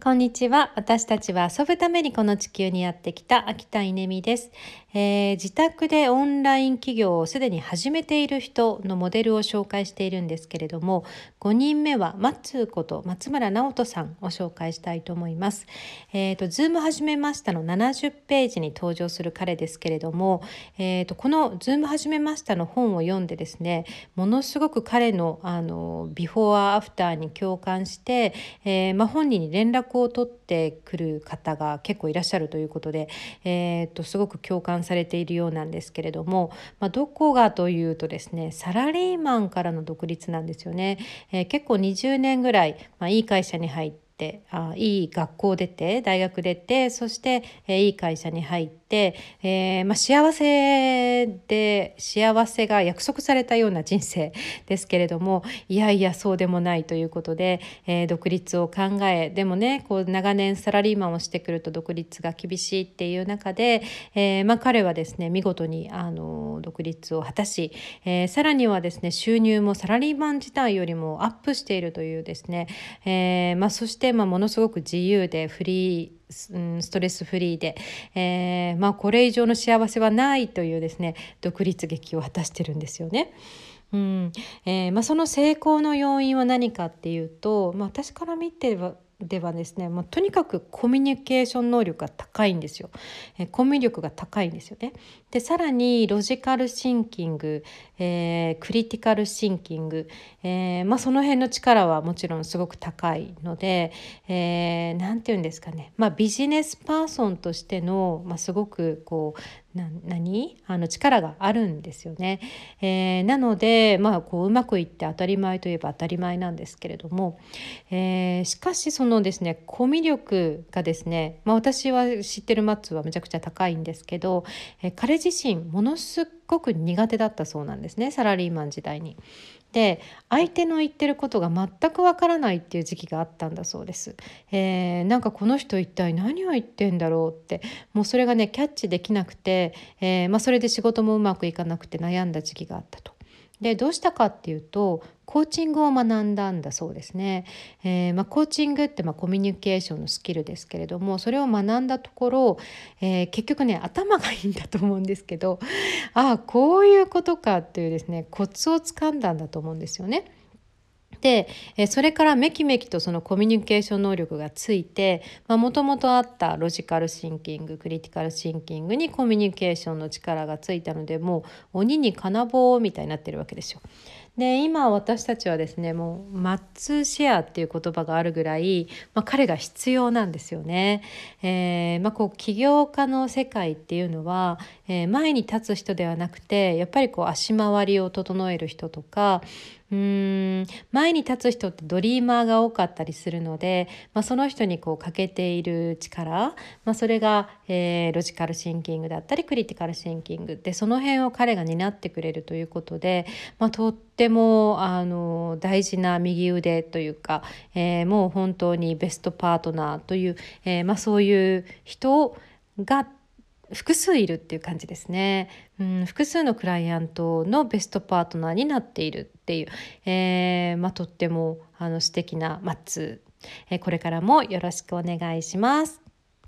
こんにちは。私たちは遊ぶためにこの地球にやってきた秋田稲美です。自宅でオンライン企業をすでに始めている人のモデルを紹介しているんですけれども、5人目は松こと松村直人さんを紹介したいと思います。ズーム始めましたの70ページに登場する彼ですけれども、このズーム始めましたの本を読んでですね、ものすごく彼のビフォーアフターに共感して、本人に連絡を取ってくる方が結構いらっしゃるということで、すごく共感されているようなんですけれども、どこがというとですね、サラリーマンからの独立なんですよね。結構20年ぐらい、いい会社に入っていい学校出て大学出て、そして、いい会社に入って、幸せが約束されたような人生ですけれども、いやいやそうでもないということで、独立を考え、でもねこう長年サラリーマンをしてくると独立が厳しいっていう中で、彼はですね見事に独立を果たし、さらにはですね収入もサラリーマン時代よりもアップしているというですね、そしてものすごく自由でフリーストレスフリーで、これ以上の幸せはないというですね独立劇を果たしてるんですよね。その成功の要因は何かっていうと、私から見てではですね、とにかくコミュニケーション能力が高いんですよ。コミュ力が高いんですよね。でさらにロジカルシンキング、クリティカルシンキング、その辺の力はもちろんすごく高いので、なんていうんですかね、ビジネスパーソンとしての、すごくこう力があるんですよね。なので、うまくいって当たり前といえば当たり前なんですけれども、しかしそのですねコミュ力がですね、私は知ってるマッツはめちゃくちゃ高いんですけど、彼自身ものすごく苦手だったそうなんですね、サラリーマン時代に。で相手の言ってることが全くわからないっていう時期があったんだそうです。なんかこの人一体何を言ってんだろうって、もうそれがねキャッチできなくて、それで仕事もうまくいかなくて悩んだ時期があったと。でどうしたかっていうとコーチングを学んだんだそうですね。コーチングってコミュニケーションのスキルですけれども、それを学んだところ、結局ね頭がいいんだと思うんですけど、こういうことかっていうですねコツをつかんだんだと思うんですよね。でそれからめきめきとそのコミュニケーション能力がついて、もともとあったロジカルシンキングクリティカルシンキングにコミュニケーションの力がついたので、もう鬼に金棒みたいになってるわけですよ。で今私たちはですねもうマッツシェアっていう言葉があるぐらい、彼が必要なんですよね。起業家の世界っていうのは、前に立つ人ではなくて、やっぱり足回りを整える人とか、前に立つ人ってドリーマーが多かったりするので、その人に欠けている力、それが、ロジカルシンキングだったりクリティカルシンキングで、その辺を彼が担ってくれるということで、とっても大事な右腕というか、もう本当にベストパートナーという、そういう人が複数いるっていう感じですね。複数のクライアントのベストパートナーになっているっていう、とっても素敵なマッツ、これからもよろしくお願いします。